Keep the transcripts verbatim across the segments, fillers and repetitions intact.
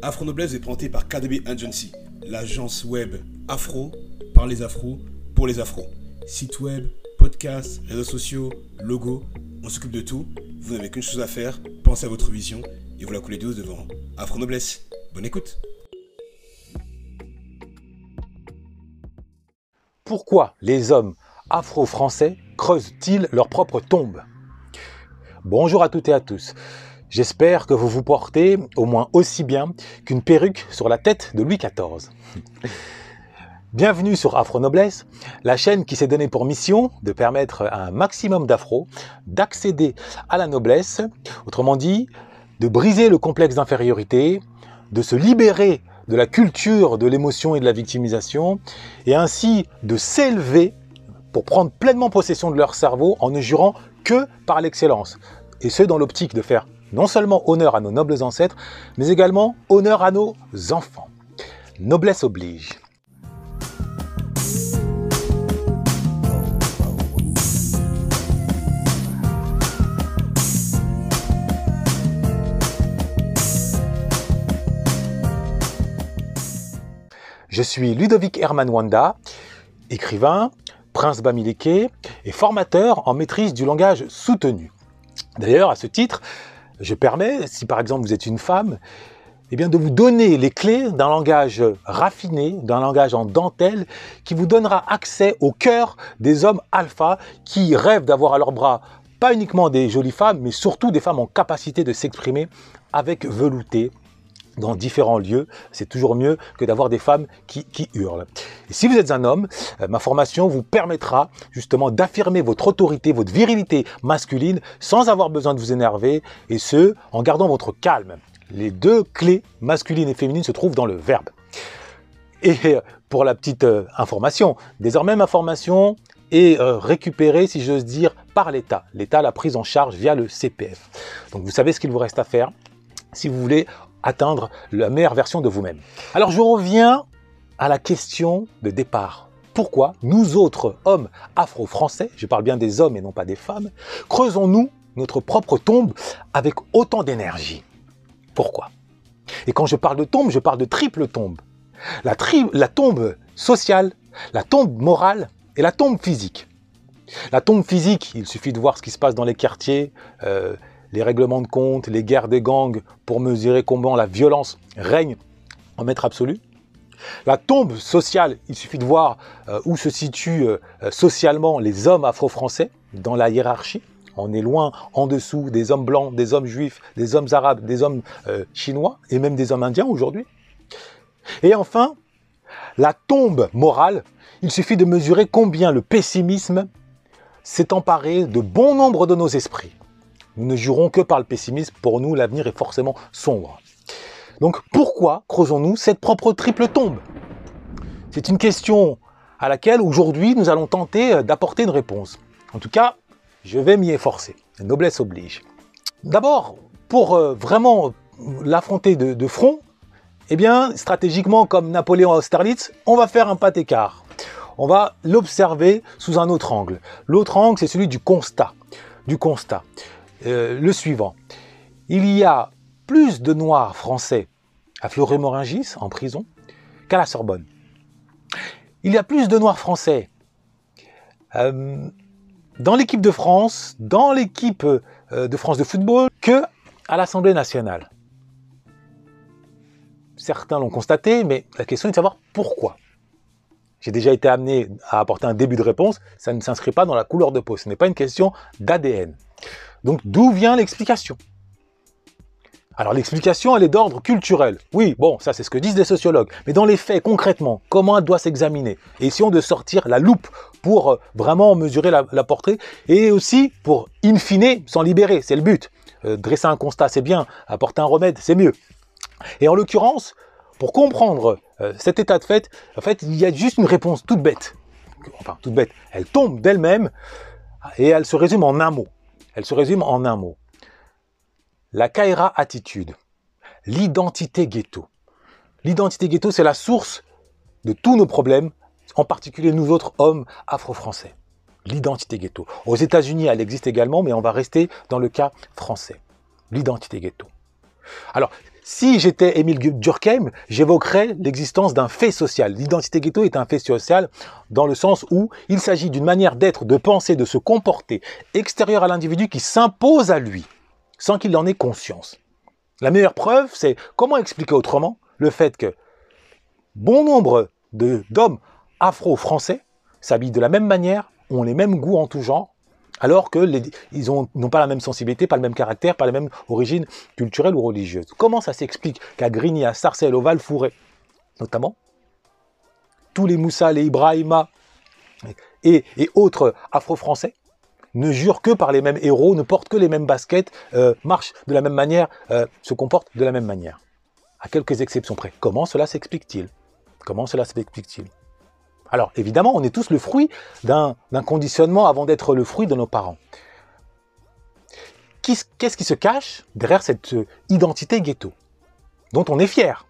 Afro Noblesse est présenté par K D B Agency, l'agence web afro, par les afros, pour les afros. Site web, podcast, réseaux sociaux, logo, on s'occupe de tout. Vous n'avez qu'une chose à faire, pensez à votre vision et vous la coulez douce devant Afro Noblesse. Bonne écoute. Pourquoi les hommes afro-français creusent-ils leur propre tombe? Bonjour à toutes et à tous. J'espère que vous vous portez au moins aussi bien qu'une perruque sur la tête de Louis quatorze. Bienvenue sur Afro Noblesse, la chaîne qui s'est donnée pour mission de permettre à un maximum d'afro d'accéder à la noblesse, autrement dit, de briser le complexe d'infériorité, de se libérer de la culture de l'émotion et de la victimisation, et ainsi de s'élever pour prendre pleinement possession de leur cerveau en ne jurant que par l'excellence. Et ce, dans l'optique de faire non seulement honneur à nos nobles ancêtres, mais également honneur à nos enfants. Noblesse oblige. Je suis Ludovic Herman Wanda, écrivain, prince bamileke et formateur en maîtrise du langage soutenu. D'ailleurs, à ce titre, je permets, si par exemple vous êtes une femme, eh bien de vous donner les clés d'un langage raffiné, d'un langage en dentelle, qui vous donnera accès au cœur des hommes alpha qui rêvent d'avoir à leurs bras pas uniquement des jolies femmes, mais surtout des femmes en capacité de s'exprimer avec velouté, dans différents lieux. C'est toujours mieux que d'avoir des femmes qui, qui hurlent. Et si vous êtes un homme, euh, ma formation vous permettra justement d'affirmer votre autorité, votre virilité masculine sans avoir besoin de vous énerver, et ce, en gardant votre calme. Les deux clés masculines et féminines se trouvent dans le verbe. Et euh, pour la petite euh, information, désormais ma formation est euh, récupérée, si j'ose dire, par l'État. L'État l'a prise en charge via le C P F. Donc vous savez ce qu'il vous reste à faire si vous voulez atteindre la meilleure version de vous-même. Alors je reviens à la question de départ. Pourquoi nous autres hommes afro-français, je parle bien des hommes et non pas des femmes, creusons-nous notre propre tombe avec autant d'énergie? Pourquoi? Et quand je parle de tombe, je parle de triple tombe. La, tri la tombe sociale, la tombe morale et la tombe physique. La tombe physique, il suffit de voir ce qui se passe dans les quartiers, euh, les règlements de compte, les guerres des gangs pour mesurer combien la violence règne en maître absolu. La tombe sociale, il suffit de voir euh, où se situent euh, socialement les hommes afro-français dans la hiérarchie. On est loin en dessous des hommes blancs, des hommes juifs, des hommes arabes, des hommes euh, chinois et même des hommes indiens aujourd'hui. Et enfin, la tombe morale, il suffit de mesurer combien le pessimisme s'est emparé de bon nombre de nos esprits. Nous ne jurons que par le pessimisme. Pour nous, l'avenir est forcément sombre. Donc, pourquoi creusons-nous cette propre triple tombe? C'est une question à laquelle, aujourd'hui, nous allons tenter d'apporter une réponse. En tout cas, je vais m'y efforcer. La noblesse oblige. D'abord, pour euh, vraiment l'affronter de, de front, eh bien, stratégiquement, comme Napoléon à Austerlitz, on va faire un pas d'écart. On va l'observer sous un autre angle. L'autre angle, c'est celui du constat. Du constat. Euh, le suivant. Il y a plus de Noirs français à Fleury-Mérogis, en prison, qu'à la Sorbonne. Il y a plus de Noirs français euh, dans l'équipe de France, dans l'équipe euh, de France de football, que à l'Assemblée nationale. Certains l'ont constaté, mais la question est de savoir pourquoi. J'ai déjà été amené à apporter un début de réponse, ça ne s'inscrit pas dans la couleur de peau, ce n'est pas une question d'A D N. Donc, d'où vient l'explication? Alors, l'explication, elle est d'ordre culturel. Oui, bon, ça, c'est ce que disent les sociologues. Mais dans les faits, concrètement, comment elle doit s'examiner? Essayons de sortir la loupe pour vraiment mesurer la, la portée et aussi pour, in fine, s'en libérer. C'est le but. Euh, dresser un constat, c'est bien. Apporter un remède, c'est mieux. Et en l'occurrence, pour comprendre euh, cet état de fait, en fait, il y a juste une réponse toute bête. Enfin, toute bête. Elle tombe d'elle-même et elle se résume en un mot. Elle se résume en un mot. La Kaira attitude, l'identité ghetto. L'identité ghetto, c'est la source de tous nos problèmes, en particulier nous autres hommes afro-français. L'identité ghetto. Aux États-Unis, elle existe également, mais on va rester dans le cas français. L'identité ghetto. Alors, Si j'étais Émile Durkheim, j'évoquerais l'existence d'un fait social. L'identité ghetto est un fait social dans le sens où il s'agit d'une manière d'être, de penser, de se comporter extérieure à l'individu qui s'impose à lui, sans qu'il en ait conscience. La meilleure preuve, c'est comment expliquer autrement le fait que bon nombre de, d'hommes afro-français s'habillent de la même manière, ont les mêmes goûts en tout genre, alors qu'ils n'ont pas la même sensibilité, pas le même caractère, pas les mêmes origines culturelles ou religieuses. Comment ça s'explique qu'à Grigny, à Sarcelles, au Val-Fouré, notamment, tous les Moussa, les Ibrahima et, et autres afro-français ne jurent que par les mêmes héros, ne portent que les mêmes baskets, euh, marchent de la même manière, euh, se comportent de la même manière, à quelques exceptions près. Comment cela s'explique-t-il? Comment cela s'explique-t-il? Alors, évidemment, on est tous le fruit d'un conditionnement avant d'être le fruit de nos parents. Qu'est-ce qui se cache derrière cette identité ghetto, dont on est fier?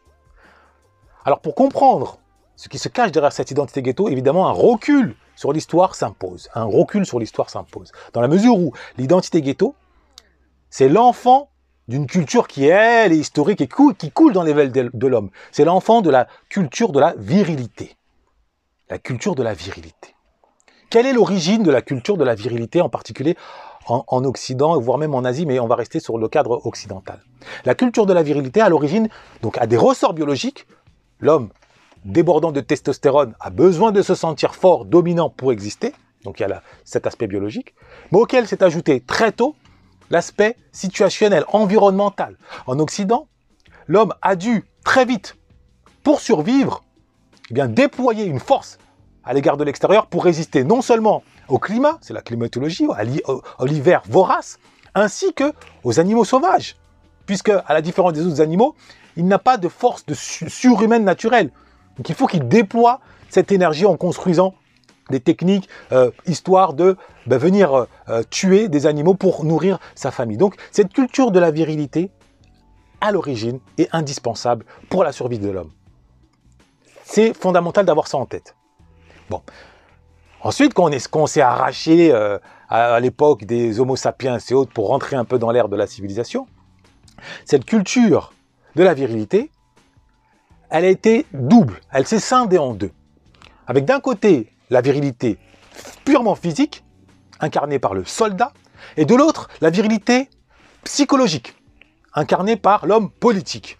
Alors, pour comprendre ce qui se cache derrière cette identité ghetto, évidemment, un recul sur l'histoire s'impose. Un recul sur l'histoire s'impose. Dans la mesure où l'identité ghetto, c'est l'enfant d'une culture qui, elle, est historique et qui coule dans les veines de l'homme. C'est l'enfant de la culture de la virilité. La culture de la virilité. Quelle est l'origine de la culture de la virilité, en particulier en, en Occident, voire même en Asie, mais on va rester sur le cadre occidental. La culture de la virilité, à l'origine, donc a des ressorts biologiques. L'homme, débordant de testostérone, a besoin de se sentir fort, dominant pour exister. Donc il y a là, cet aspect biologique, mais auquel s'est ajouté très tôt l'aspect situationnel, environnemental. En Occident, l'homme a dû très vite, pour survivre, eh bien, déployer une force à l'égard de l'extérieur pour résister non seulement au climat, c'est la climatologie, à l'hiver vorace, ainsi que aux animaux sauvages. Puisque, à la différence des autres animaux, il n'a pas de force de surhumaine naturelle. Donc il faut qu'il déploie cette énergie en construisant des techniques, euh, histoire de ben, venir euh, tuer des animaux pour nourrir sa famille. Donc cette culture de la virilité, à l'origine, est indispensable pour la survie de l'homme. C'est fondamental d'avoir ça en tête. Bon. Ensuite, quand on s'est arraché euh, à, à l'époque des Homo sapiens et autres pour rentrer un peu dans l'ère de la civilisation, cette culture de la virilité, elle a été double. Elle s'est scindée en deux. Avec d'un côté, la virilité purement physique, incarnée par le soldat, et de l'autre, la virilité psychologique, incarnée par l'homme politique.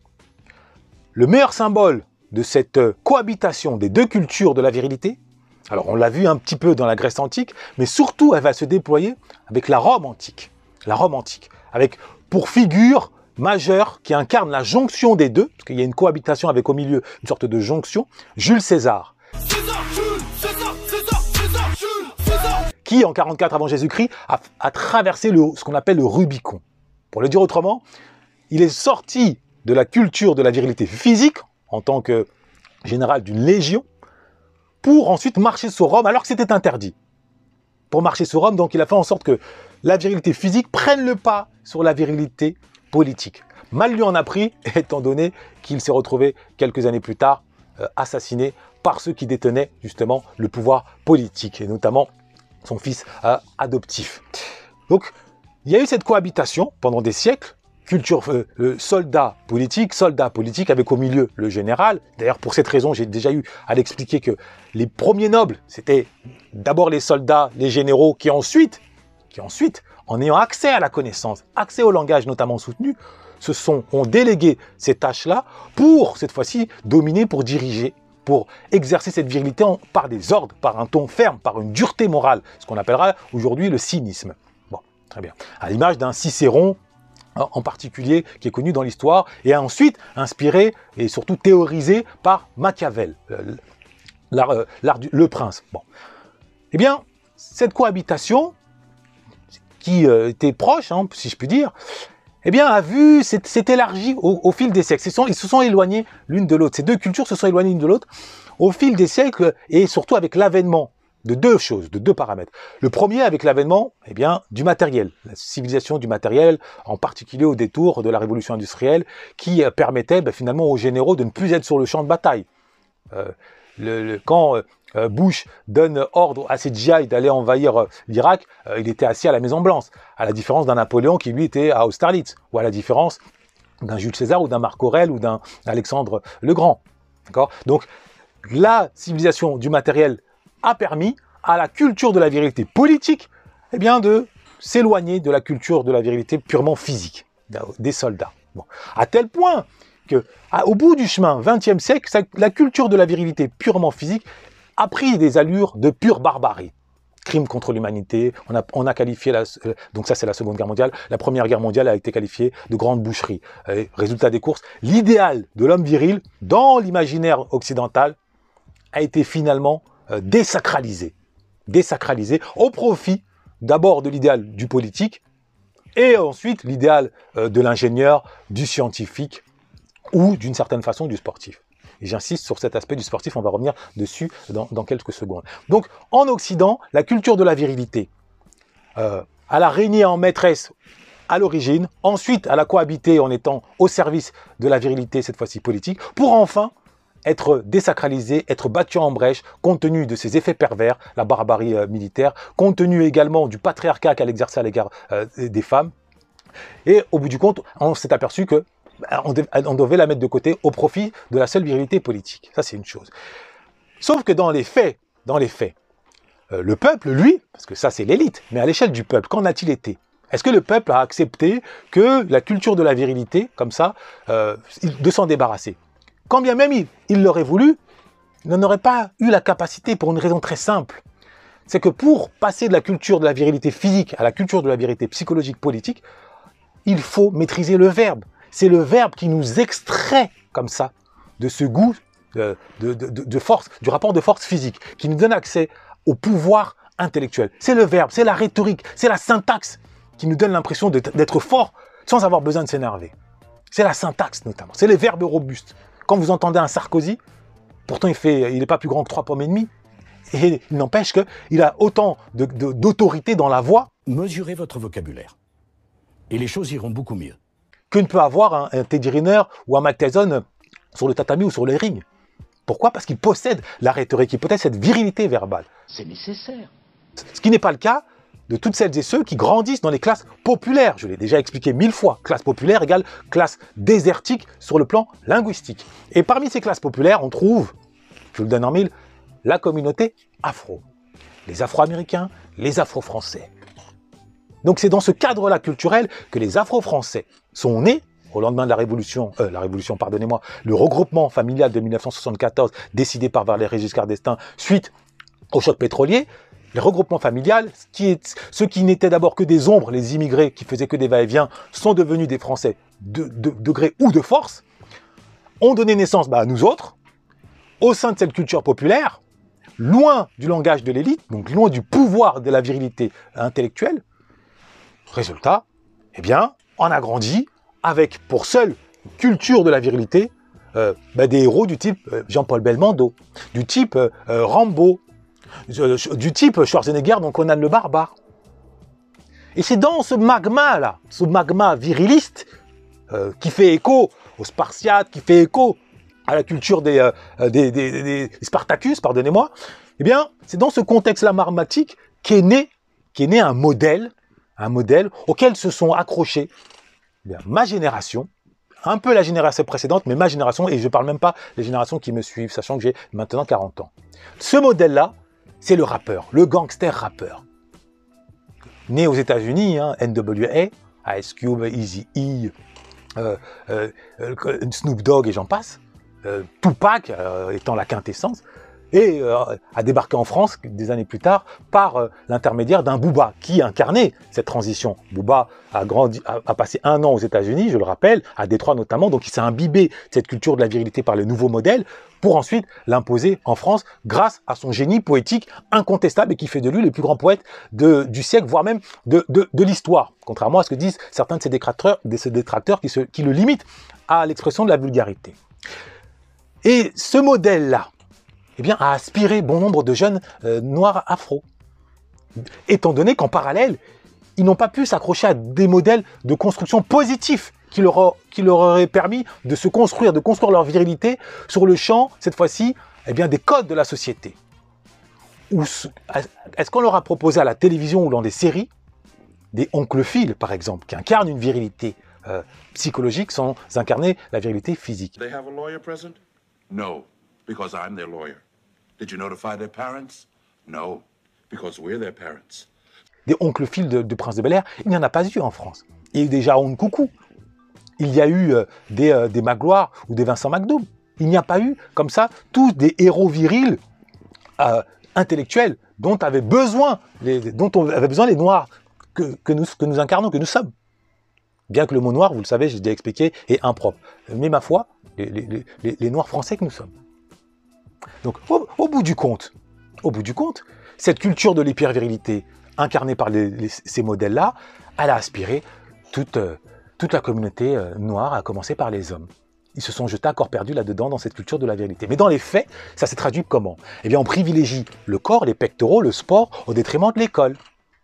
Le meilleur symbole de cette cohabitation des deux cultures de la virilité, alors on l'a vu un petit peu dans la Grèce antique, mais surtout elle va se déployer avec la Rome antique. La Rome antique, avec pour figure majeure qui incarne la jonction des deux, parce qu'il y a une cohabitation avec au milieu une sorte de jonction, Jules César. César, Jules, César, César, César, Jules, César. Qui, en quarante-quatre avant Jésus-Christ, a, a traversé le, ce qu'on appelle le Rubicon. Pour le dire autrement, il est sorti de la culture de la virilité physique, en tant que général d'une légion, pour ensuite marcher sur Rome, alors que c'était interdit. Pour marcher sur Rome, donc il a fait en sorte que la virilité physique prenne le pas sur la virilité politique. Mal lui en a pris, étant donné qu'il s'est retrouvé quelques années plus tard euh, assassiné par ceux qui détenaient justement le pouvoir politique, et notamment son fils euh, adoptif. Donc, il y a eu cette cohabitation pendant des siècles, culture euh, euh, soldat politique, soldat politique avec au milieu le général. D'ailleurs, pour cette raison, j'ai déjà eu à l'expliquer que les premiers nobles, c'était d'abord les soldats, les généraux, qui ensuite, qui ensuite, en ayant accès à la connaissance, accès au langage notamment soutenu, se sont, ont délégué ces tâches-là pour, cette fois-ci, dominer, pour diriger, pour exercer cette virilité en, par des ordres, par un ton ferme, par une dureté morale, ce qu'on appellera aujourd'hui le cynisme. Bon, très bien. À l'image d'un Cicéron, en particulier, qui est connu dans l'histoire, et ensuite inspiré et surtout théorisé par Machiavel, l'art, euh, l'art du le prince. Bon. Eh bien, cette cohabitation, qui euh, était proche, hein, si je puis dire, eh bien, a vu, s'est élargie au, au fil des siècles. Ils, sont, ils se sont éloignés l'une de l'autre. Ces deux cultures se sont éloignées l'une de l'autre au fil des siècles, et surtout avec l'avènement de deux choses, de deux paramètres. Le premier, avec l'avènement eh bien, du matériel, la civilisation du matériel, en particulier au détour de la révolution industrielle, qui euh, permettait ben, finalement aux généraux de ne plus être sur le champ de bataille. Euh, le, le, quand euh, Bush donne ordre à ses G I d'aller envahir euh, l'Irak, euh, il était assis à la Maison Blanche, à la différence d'un Napoléon qui lui était à Austerlitz, ou à la différence d'un Jules César ou d'un Marc Aurèle ou d'un Alexandre le Grand. Donc, la civilisation du matériel a permis à la culture de la virilité politique eh bien, de s'éloigner de la culture de la virilité purement physique des soldats. Bon. À tel point que, à, au bout du chemin, vingtième siècle, ça, la culture de la virilité purement physique a pris des allures de pure barbarie. Crime contre l'humanité, on a, on a qualifié, la, donc ça c'est la Seconde Guerre mondiale, la Première Guerre mondiale a été qualifiée de grande boucherie. Et, résultat des courses, l'idéal de l'homme viril, dans l'imaginaire occidental, a été finalement euh, désacralisé. Désacralisé au profit d'abord de l'idéal du politique, et ensuite l'idéal euh, de l'ingénieur, du scientifique, ou d'une certaine façon du sportif. Et j'insiste sur cet aspect du sportif, on va revenir dessus dans, dans quelques secondes. Donc, en Occident, la culture de la virilité, euh, elle a régné en maîtresse à l'origine, ensuite elle a cohabité en étant au service de la virilité, cette fois-ci politique, pour enfin être désacralisée, être battue en brèche, compte tenu de ses effets pervers, la barbarie euh, militaire, compte tenu également du patriarcat qu'elle exerçait à l'égard euh, des femmes. Et au bout du compte, on s'est aperçu que on devait la mettre de côté au profit de la seule virilité politique. Ça, c'est une chose. Sauf que dans les faits, dans les faits, euh, le peuple, lui, parce que ça, c'est l'élite, mais à l'échelle du peuple, qu'en a-t-il été? Est-ce que le peuple a accepté que la culture de la virilité, comme ça, euh, de s'en débarrasser? Quand bien même il, il l'aurait voulu, il n'en aurait pas eu la capacité pour une raison très simple. C'est que pour passer de la culture de la virilité physique à la culture de la virilité psychologique politique, il faut maîtriser le verbe. C'est le verbe qui nous extrait, comme ça, de ce goût de, de, de, de force, du rapport de force physique, qui nous donne accès au pouvoir intellectuel. C'est le verbe, c'est la rhétorique, c'est la syntaxe qui nous donne l'impression d'être fort sans avoir besoin de s'énerver. C'est la syntaxe, notamment. C'est les verbes robustes. Quand vous entendez un Sarkozy, pourtant il fait, il n'est pas plus grand que trois pommes et demie, et il n'empêche qu'il a autant d'autorité de, de, dans la voix. Mesurez votre vocabulaire, et les choses iront beaucoup mieux. Que ne peut avoir un, un Teddy Riner ou un Mike Tyson sur le tatami ou sur les rings. Pourquoi? Parce qu'il possède la rhétorique, il possède cette virilité verbale. C'est nécessaire. Ce qui n'est pas le cas de toutes celles et ceux qui grandissent dans les classes populaires. Je l'ai déjà expliqué mille fois. Classe populaire égale classe désertique sur le plan linguistique. Et parmi ces classes populaires, on trouve, je vous le donne en mille, la communauté afro. Les Afro-Américains, les Afro-Français. Donc c'est dans ce cadre-là culturel que les Afro-Français sont nés au lendemain de la Révolution, euh, la Révolution, pardonnez-moi, le regroupement familial de mille neuf cent soixante-quatorze décidé par Valéry Giscard d'Estaing suite au choc pétrolier. Les regroupements familiales, ce qui est, ceux qui n'étaient d'abord que des ombres, les immigrés qui faisaient que des va-et-vient, sont devenus des Français de, de, de gré ou de force, ont donné naissance bah, à nous autres, au sein de cette culture populaire, loin du langage de l'élite, donc loin du pouvoir de la virilité intellectuelle. Résultat, eh bien, on a grandi avec pour seule culture de la virilité euh, bah, des héros du type euh, Jean-Paul Belmondo, du type euh, Rambo, euh, du type Schwarzenegger, donc Conan le Barbare. Et c'est dans ce magma-là, ce magma viriliste, euh, qui fait écho aux Spartiates, qui fait écho à la culture des, euh, des, des, des, des Spartacus, pardonnez-moi, eh bien, c'est dans ce contexte-là marmatique qu'est né, qu'est né un modèle, un modèle auquel se sont accrochés eh bien, ma génération, un peu la génération précédente, mais ma génération, et je ne parle même pas des générations qui me suivent, sachant que j'ai maintenant quarante ans. Ce modèle-là, c'est le rappeur, le gangster rappeur. Né aux États-Unis, hein, N W A, Ice Cube, Eazy-E, euh, euh, euh, Snoop Dogg et j'en passe, euh, Tupac euh, étant la quintessence, et euh, a débarqué en France des années plus tard par euh, l'intermédiaire d'un Booba qui incarnait cette transition. Booba a, grandi, a, a passé un an aux États-Unis, je le rappelle, à Détroit notamment, donc il s'est imbibé de cette culture de la virilité par le nouveau modèle pour ensuite l'imposer en France grâce à son génie poétique incontestable et qui fait de lui le plus grand poète de, du siècle, voire même de, de, de l'histoire, contrairement à ce que disent certains de ses détracteurs, de ses détracteurs qui, se, qui le limitent à l'expression de la vulgarité. Et ce modèle-là, eh bien, a aspiré bon nombre de jeunes euh, noirs afro. Étant donné qu'en parallèle, ils n'ont pas pu s'accrocher à des modèles de construction positifs qui leur, a, qui leur auraient permis de se construire, de construire leur virilité sur le champ, cette fois-ci, eh bien, des codes de la société. Est-ce qu'on leur a proposé à la télévision ou dans des séries des Oncle Phil, par exemple, qui incarnent une virilité euh, psychologique sans incarner la virilité physique. They have a lawyer present? No, because I'm their lawyer. Did you notify their parents? No, because we're their parents. Des oncles Phil de, de Prince de Bel-Air, il n'y en a pas eu en France. Il y a eu des Jaon Coucou. Il y a eu euh, des, euh, des Magloire ou des Vincent McDoom. Il n'y a pas eu, comme ça, tous des héros virils euh, intellectuels dont, avaient besoin les, dont on avait besoin les Noirs que, que, nous, que nous incarnons, que nous sommes. Bien que le mot noir, vous le savez, j'ai déjà expliqué, est impropre. Mais ma foi, les, les, les, les Noirs français que nous sommes. Donc, au, au bout du compte, au bout du compte, cette culture de l'hypervirilité incarnée par les, les, ces modèles-là, elle a aspiré toute, euh, toute la communauté euh, noire, à commencer par les hommes. Ils se sont jetés à corps perdu là-dedans, dans cette culture de la virilité. Mais dans les faits, ça s'est traduit comment? Eh bien, on privilégie le corps, les pectoraux, le sport, au détriment de l'école.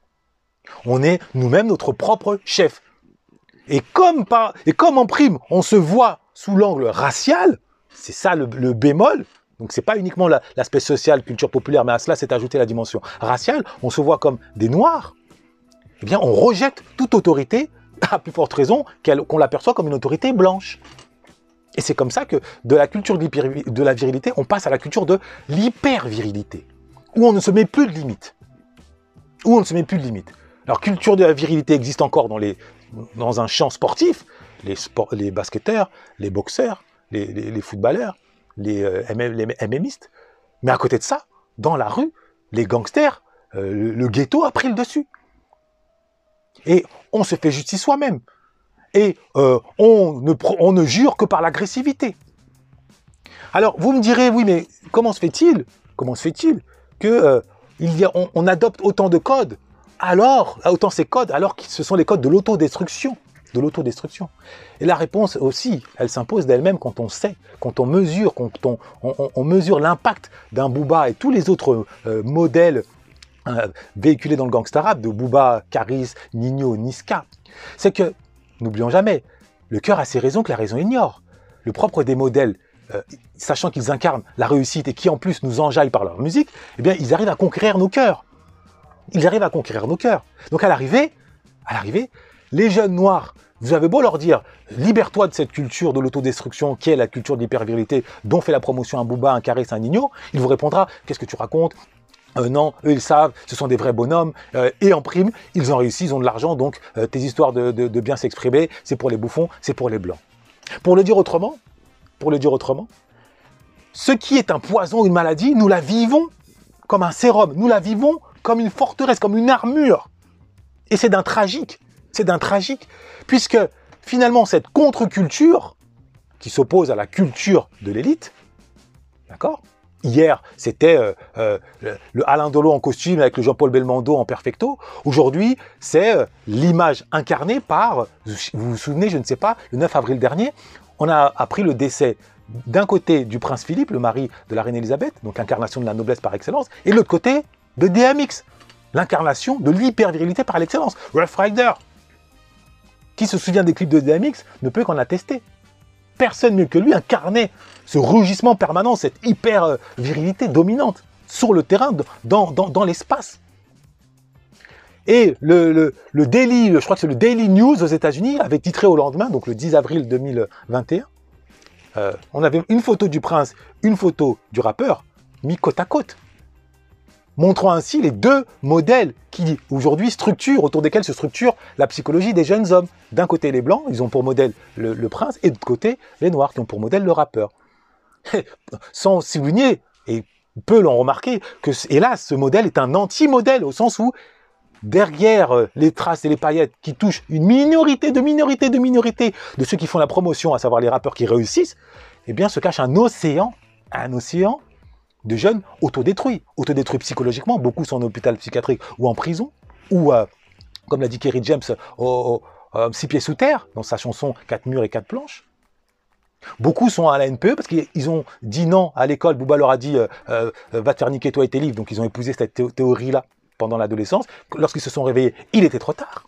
On est nous-mêmes notre propre chef. Et comme, par, et comme en prime, on se voit sous l'angle racial, c'est ça le, le bémol, donc c'est pas uniquement l'aspect social, culture populaire, mais à cela s'est ajouté la dimension raciale, on se voit comme des noirs, eh bien on rejette toute autorité, à plus forte raison qu'on l'aperçoit comme une autorité blanche. Et c'est comme ça que de la culture de, de la virilité, on passe à la culture de l'hyper-virilité, où on ne se met plus de limites. Où on ne se met plus de limites. Alors, culture de la virilité existe encore dans, les, dans un champ sportif, les, sport, les basketteurs, les boxeurs, les, les, les footballeurs, les, euh, les MMistes. Mais à côté de ça, dans la rue, les gangsters, euh, le, le ghetto a pris le dessus. Et on se fait justice soi-même. Et euh, on, ne, on ne jure que par l'agressivité. Alors, vous me direz, oui, mais comment se fait-il Comment se fait-il que euh, il y a, on, on adopte autant de codes Alors, autant ces codes, alors que ce sont les codes de l'autodestruction, de l'autodestruction. Et la réponse aussi, elle s'impose d'elle-même quand on sait, quand on mesure, quand on, on, on mesure l'impact d'un Booba et tous les autres euh, modèles euh, véhiculés dans le gangsta rap, de Booba, Caris, Nino, Niska. C'est que, n'oublions jamais, le cœur a ses raisons que la raison ignore. Le propre des modèles, euh, sachant qu'ils incarnent la réussite et qui en plus nous enjaillent par leur musique, eh bien, ils arrivent à conquérir nos cœurs. Ils arrivent à conquérir nos cœurs. Donc à l'arrivée, à l'arrivée, les jeunes noirs, vous avez beau leur dire « libère-toi de cette culture de l'autodestruction qui est la culture de l'hypervirilité dont fait la promotion un Booba, un Caris, un Nino », il vous répondra « qu'est-ce que tu racontes ?» Euh, non, eux ils savent, ce sont des vrais bonhommes, euh, et en prime, ils ont réussi, ils ont de l'argent, donc euh, tes histoires de, de, de bien s'exprimer, c'est pour les bouffons, c'est pour les blancs. Pour le dire autrement, pour le dire autrement, ce qui est un poison, une maladie, nous la vivons comme un sérum, nous la vivons comme une forteresse, comme une armure. Et c'est d'un tragique, c'est d'un tragique, puisque finalement cette contre-culture, qui s'oppose à la culture de l'élite, d'accord ? Hier, c'était euh, euh, le, le Alain Delon en costume avec le Jean-Paul Belmondo en perfecto. Aujourd'hui, c'est euh, l'image incarnée par, vous vous souvenez, je ne sais pas, le neuf avril dernier, on a appris le décès d'un côté du prince Philippe, le mari de la reine Elisabeth, donc incarnation de la noblesse par excellence, et de l'autre côté de D M X, l'incarnation de l'hypervirilité par l'excellence. Rough Rider, qui se souvient des clips de D M X, ne peut qu'en attester. Personne mieux que lui incarnait ce rugissement permanent, cette hyper-virilité dominante sur le terrain, dans, dans, dans l'espace. Et le, le, le Daily, je crois que c'est le Daily News aux États-Unis, avait titré au lendemain, donc le dix avril deux mille vingt et un, euh, on avait une photo du prince, une photo du rappeur, mis côte à côte, montrant ainsi les deux modèles qui, aujourd'hui, structurent, autour desquels se structure la psychologie des jeunes hommes. D'un côté, les blancs, ils ont pour modèle le, le prince, et de l'autre côté, les noirs, qui ont pour modèle le rappeur. Sans souligner, et peu l'ont remarqué, que, hélas, ce modèle est un anti-modèle, au sens où, derrière les traces et les paillettes qui touchent une minorité de minorité de minorité de ceux qui font la promotion, à savoir les rappeurs qui réussissent, eh bien, se cache un océan, un océan de jeunes autodétruits, autodétruits psychologiquement, beaucoup sont en hôpital psychiatrique ou en prison, ou, euh, comme l'a dit Kerry James, au, au, au, six pieds sous terre, dans sa chanson Quatre murs et quatre planches. Beaucoup sont à la N P E parce qu'ils ont dit non à l'école, Booba leur a dit euh, euh, va te faire niquer toi et tes livres, donc ils ont épousé cette thé théorie-là pendant l'adolescence. Lorsqu'ils se sont réveillés, il était trop tard.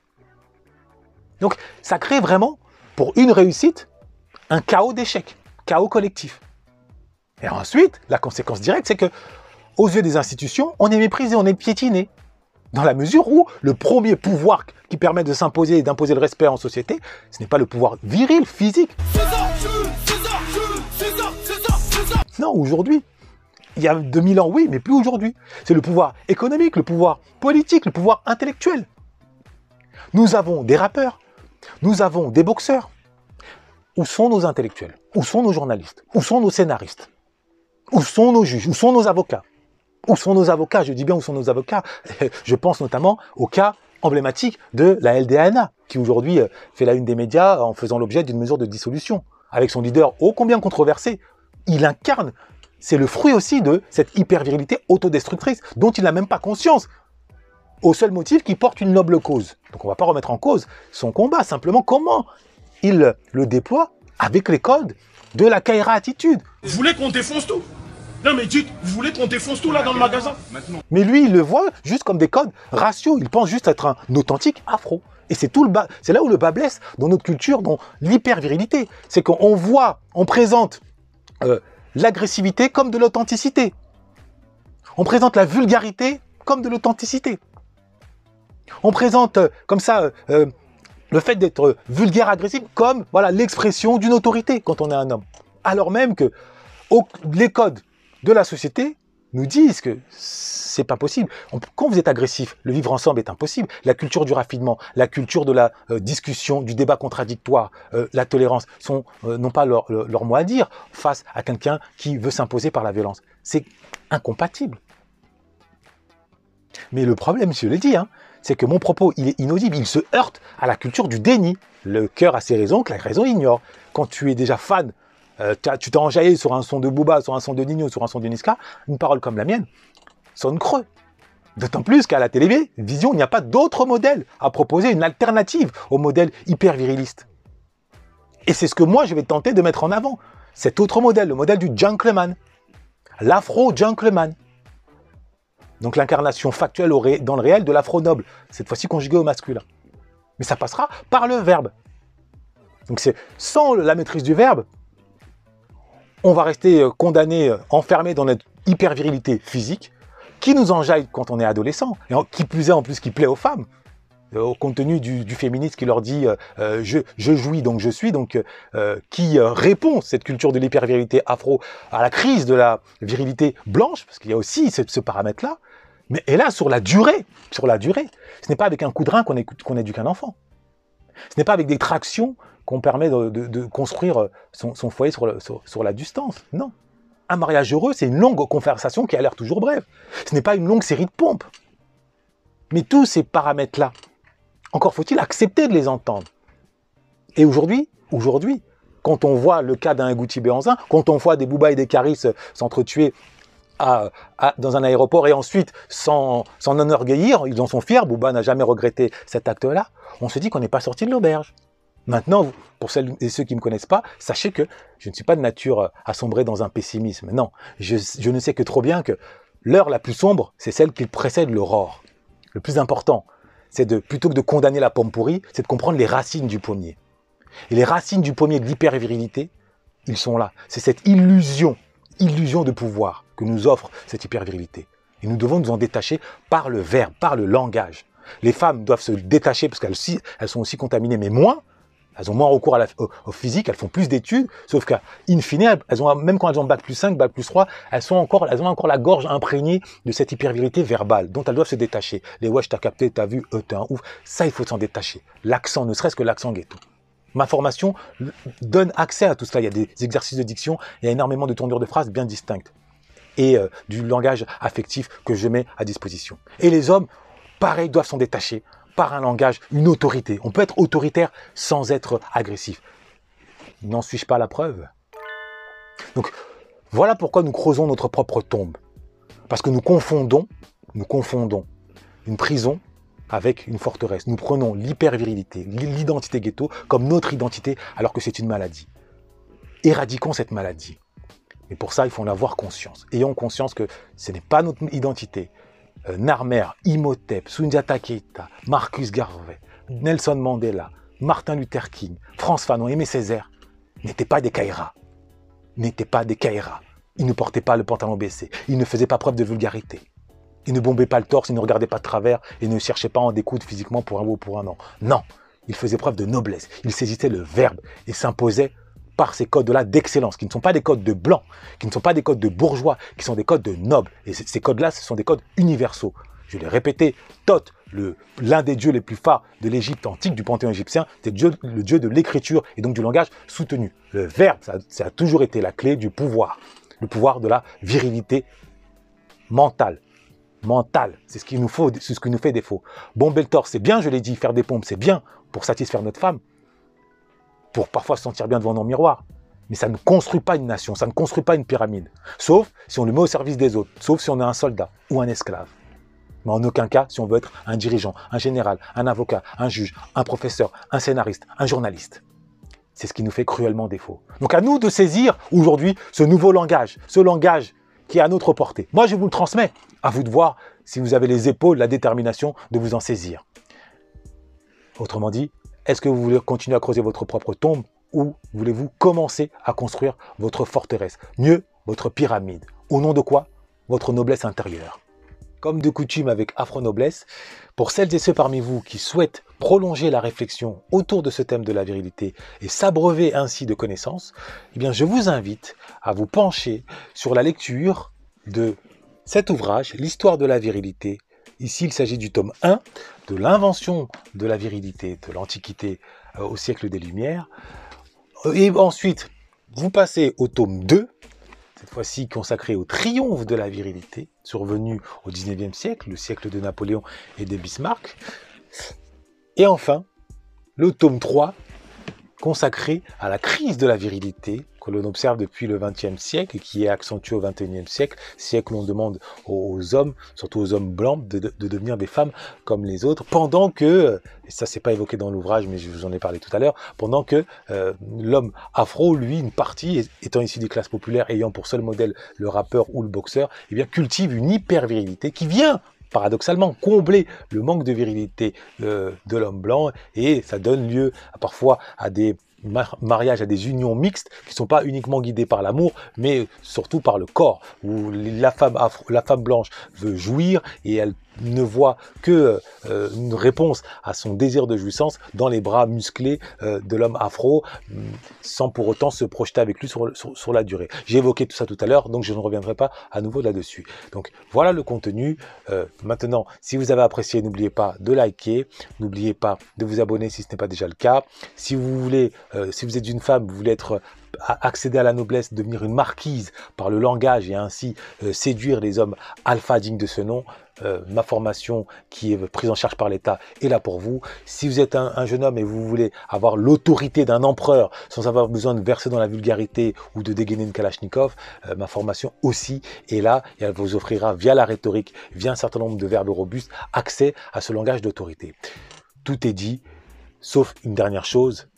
Donc ça crée vraiment, pour une réussite, un chaos d'échecs, chaos collectif. Et ensuite, la conséquence directe, c'est que, aux yeux des institutions, on est méprisé, on est piétiné. Dans la mesure où le premier pouvoir qui permet de s'imposer et d'imposer le respect en société, ce n'est pas le pouvoir viril, physique. César, César, César, César, César. Non, aujourd'hui, il y a deux mille ans, oui, mais plus aujourd'hui. C'est le pouvoir économique, le pouvoir politique, le pouvoir intellectuel. Nous avons des rappeurs, nous avons des boxeurs. Où sont nos intellectuels? Où sont nos journalistes? Où sont nos scénaristes? Où sont nos juges? Où sont nos avocats? Où sont nos avocats? Je dis bien où sont nos avocats. Je pense notamment au cas emblématique de la L D A N A, qui aujourd'hui fait la une des médias en faisant l'objet d'une mesure de dissolution. Avec son leader ô combien controversé, il incarne, c'est le fruit aussi de cette hyper-virilité autodestructrice, dont il n'a même pas conscience, au seul motif qu'il porte une noble cause. Donc on ne va pas remettre en cause son combat, simplement comment il le déploie avec les codes de la Kaira attitude. Vous voulez qu'on défonce tout? Non mais dites, vous voulez qu'on défonce tout là dans le magasin? Mais lui, il le voit juste comme des codes raciaux. Il pense juste être un authentique afro. Et c'est tout le bas, c'est là où le bas blesse dans notre culture, dans l'hyper-virilité. C'est qu'on voit, on présente euh, l'agressivité comme de l'authenticité. On présente la vulgarité comme de l'authenticité. On présente euh, comme ça euh, euh, le fait d'être vulgaire, agressif, comme voilà l'expression d'une autorité quand on est un homme. Alors même que au, les codes de la société nous disent que c'est pas possible. On, quand vous êtes agressif, le vivre ensemble est impossible. La culture du raffinement, la culture de la euh, discussion, du débat contradictoire, euh, la tolérance sont euh, non pas leur, leur, leur mot à dire face à quelqu'un qui veut s'imposer par la violence. C'est incompatible. Mais le problème, je l'ai dit, hein, c'est que mon propos, il est inaudible, il se heurte à la culture du déni. Le cœur a ses raisons que la raison ignore. Quand tu es déjà fan, euh, tu t'es enjaillé sur un son de Booba, sur un son de Nino, sur un son de Niska, une parole comme la mienne sonne creux. D'autant plus qu'à la télévision, il n'y a pas d'autre modèle à proposer, une alternative au modèle hyper viriliste. Et c'est ce que moi, je vais tenter de mettre en avant. Cet autre modèle, le modèle du gentleman, l'afro-gentleman. Donc l'incarnation factuelle dans le réel de l'afro-noble, cette fois-ci conjuguée au masculin. Mais ça passera par le verbe. Donc c'est sans la maîtrise du verbe, on va rester condamné, enfermé dans notre hyper-virilité physique, qui nous enjaille quand on est adolescent, et qui plus est en plus qui plaît aux femmes, au compte tenu du, du féminisme qui leur dit euh, je, je jouis donc je suis, donc euh, qui euh, répond, cette culture de l'hyper-virilité afro, à la crise de la virilité blanche, parce qu'il y a aussi ce, ce paramètre-là, mais et là, sur la durée, sur la durée, ce n'est pas avec un coup de rein qu'on qu'on éduque un enfant. Ce n'est pas avec des tractions qu'on permet de, de, de construire son, son foyer sur, le, sur, sur la distance, non. Un mariage heureux, c'est une longue conversation qui a l'air toujours brève. Ce n'est pas une longue série de pompes. Mais tous ces paramètres-là, encore faut-il accepter de les entendre. Et aujourd'hui, aujourd'hui, quand on voit le cas d'un Ngouti Béhanzin, quand on voit des Bouba et des Karis s'entretuer à, à, dans un aéroport et ensuite s'en enorgueillir, ils en sont fiers, Bouba n'a jamais regretté cet acte-là, on se dit qu'on n'est pas sorti de l'auberge. Maintenant, pour celles et ceux qui ne me connaissent pas, sachez que je ne suis pas de nature à sombrer dans un pessimisme. Non, je, je ne sais que trop bien que l'heure la plus sombre, c'est celle qui précède l'aurore. Le plus important, c'est de, plutôt que de condamner la pomme pourrie, c'est de comprendre les racines du pommier. Et les racines du pommier de l'hyper-virilité, ils sont là. C'est cette illusion, illusion de pouvoir que nous offre cette hyper-virilité. Et nous devons nous en détacher par le verbe, par le langage. Les femmes doivent se détacher parce qu'elles elles sont aussi contaminées, mais moins. Elles ont moins recours à la, au, au physique, elles font plus d'études, sauf qu'in fine, elles ont, même quand elles ont bac plus cinq, bac plus trois, elles, sont encore, elles ont encore la gorge imprégnée de cette hypervirilité verbale, dont elles doivent se détacher. Les wesh, t'as capté, t'as vu, euh, t'es un ouf, ça il faut s'en détacher. L'accent, ne serait-ce que l'accent ghetto. Ma formation donne accès à tout cela, il y a des exercices de diction, il y a énormément de tournures de phrases bien distinctes, et euh, du langage affectif que je mets à disposition. Et les hommes, pareil, doivent s'en détacher, par un langage, une autorité. On peut être autoritaire sans être agressif. N'en suis-je pas la preuve? Donc, voilà pourquoi nous creusons notre propre tombe. Parce que nous confondons, nous confondons une prison avec une forteresse. Nous prenons l'hypervirilité, l'identité ghetto, comme notre identité, alors que c'est une maladie. Éradiquons cette maladie. Et pour ça, il faut en avoir conscience. Ayons conscience que ce n'est pas notre identité. Narmer, Imhotep, Soundiata Keita, Marcus Garvey, Nelson Mandela, Martin Luther King, Frantz Fanon, Aimé Césaire n'étaient pas des Kaira. N'étaient pas des Kaira. Ils ne portaient pas le pantalon baissé. Ils ne faisaient pas preuve de vulgarité. Il ne bombait pas le torse, il ne regardait pas de travers, et ne cherchait pas à en découdre physiquement pour un oui ou pour un non. Non, il faisait preuve de noblesse, il saisissait le verbe et s'imposait par ces codes-là d'excellence, qui ne sont pas des codes de blancs, qui ne sont pas des codes de bourgeois, qui sont des codes de nobles. Et ces codes-là, ce sont des codes universaux. Je l'ai répété, Thoth, l'un des dieux les plus phares de l'Égypte antique, du panthéon égyptien, c'est le dieu de l'écriture et donc du langage soutenu. Le verbe, ça, ça a toujours été la clé du pouvoir, le pouvoir de la virilité mentale. Mentale, c'est ce qui nous faut, c'est ce qui nous fait défaut. Bomber le torse, c'est bien, je l'ai dit, faire des pompes, c'est bien pour satisfaire notre femme, pour parfois se sentir bien devant nos miroirs. Mais ça ne construit pas une nation, ça ne construit pas une pyramide. Sauf si on le met au service des autres, sauf si on est un soldat ou un esclave. Mais en aucun cas si on veut être un dirigeant, un général, un avocat, un juge, un professeur, un scénariste, un journaliste. C'est ce qui nous fait cruellement défaut. Donc à nous de saisir aujourd'hui ce nouveau langage, ce langage qui est à notre portée. Moi je vous le transmets, à vous de voir si vous avez les épaules, la détermination de vous en saisir. Autrement dit, est-ce que vous voulez continuer à creuser votre propre tombe ou voulez-vous commencer à construire votre forteresse, mieux, votre pyramide? Au nom de quoi? Votre noblesse intérieure. Comme de coutume avec Afro-Noblesse, pour celles et ceux parmi vous qui souhaitent prolonger la réflexion autour de ce thème de la virilité et s'abreuver ainsi de connaissances, eh bien je vous invite à vous pencher sur la lecture de cet ouvrage, L'histoire de la virilité. Ici, il s'agit du tome un, de l'invention de la virilité de l'Antiquité euh, au siècle des Lumières. Et ensuite, vous passez au tome deux, cette fois-ci consacré au triomphe de la virilité, survenu au dix-neuvième siècle, le siècle de Napoléon et de Bismarck. Et enfin, le tome trois, consacré à la crise de la virilité que l'on observe depuis le vingtième siècle et qui est accentuée au vingt et unième siècle, siècle où l'on demande aux hommes, surtout aux hommes blancs, de, de devenir des femmes comme les autres, pendant que, et ça c'est pas évoqué dans l'ouvrage mais je vous en ai parlé tout à l'heure, pendant que euh, l'homme afro, lui, une partie, étant issu des classes populaires, ayant pour seul modèle le rappeur ou le boxeur, eh bien cultive une hyper-virilité qui vient paradoxalement combler le manque de virilité euh, de l'homme blanc, et ça donne lieu à, parfois à des mar mariages, à des unions mixtes qui ne sont pas uniquement guidées par l'amour, mais surtout par le corps, où la femme, afro, la femme blanche veut jouir et elle ne voit que euh, une réponse à son désir de jouissance dans les bras musclés euh, de l'homme afro, sans pour autant se projeter avec lui sur, sur, sur la durée. J'ai évoqué tout ça tout à l'heure, donc je ne reviendrai pas à nouveau là-dessus. Donc voilà le contenu. Euh, maintenant, si vous avez apprécié, n'oubliez pas de liker, n'oubliez pas de vous abonner si ce n'est pas déjà le cas. Si vous voulez, euh, si vous êtes une femme, vous voulez être accéder à la noblesse, devenir une marquise par le langage et ainsi euh, séduire les hommes alpha dignes de ce nom, euh, ma formation qui est prise en charge par l'État est là pour vous. Si vous êtes un, un jeune homme et vous voulez avoir l'autorité d'un empereur sans avoir besoin de verser dans la vulgarité ou de dégainer une Kalachnikov, euh, ma formation aussi est là et elle vous offrira via la rhétorique, via un certain nombre de verbes robustes, accès à ce langage d'autorité. Tout est dit, sauf une dernière chose,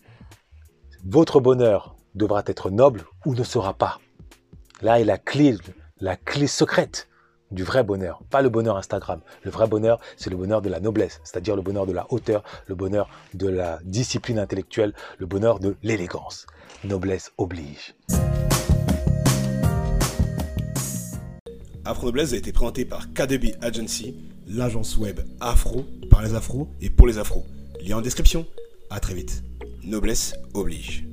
votre bonheur devra être noble ou ne sera pas. Là est la clé, la clé secrète du vrai bonheur, pas le bonheur Instagram. Le vrai bonheur, c'est le bonheur de la noblesse, c'est-à-dire le bonheur de la hauteur, le bonheur de la discipline intellectuelle, le bonheur de l'élégance. Noblesse oblige. Afro-Noblesse a été présenté par K deux B Agency, l'agence web afro, par les afros et pour les afros. Lien en description. À très vite. Noblesse oblige.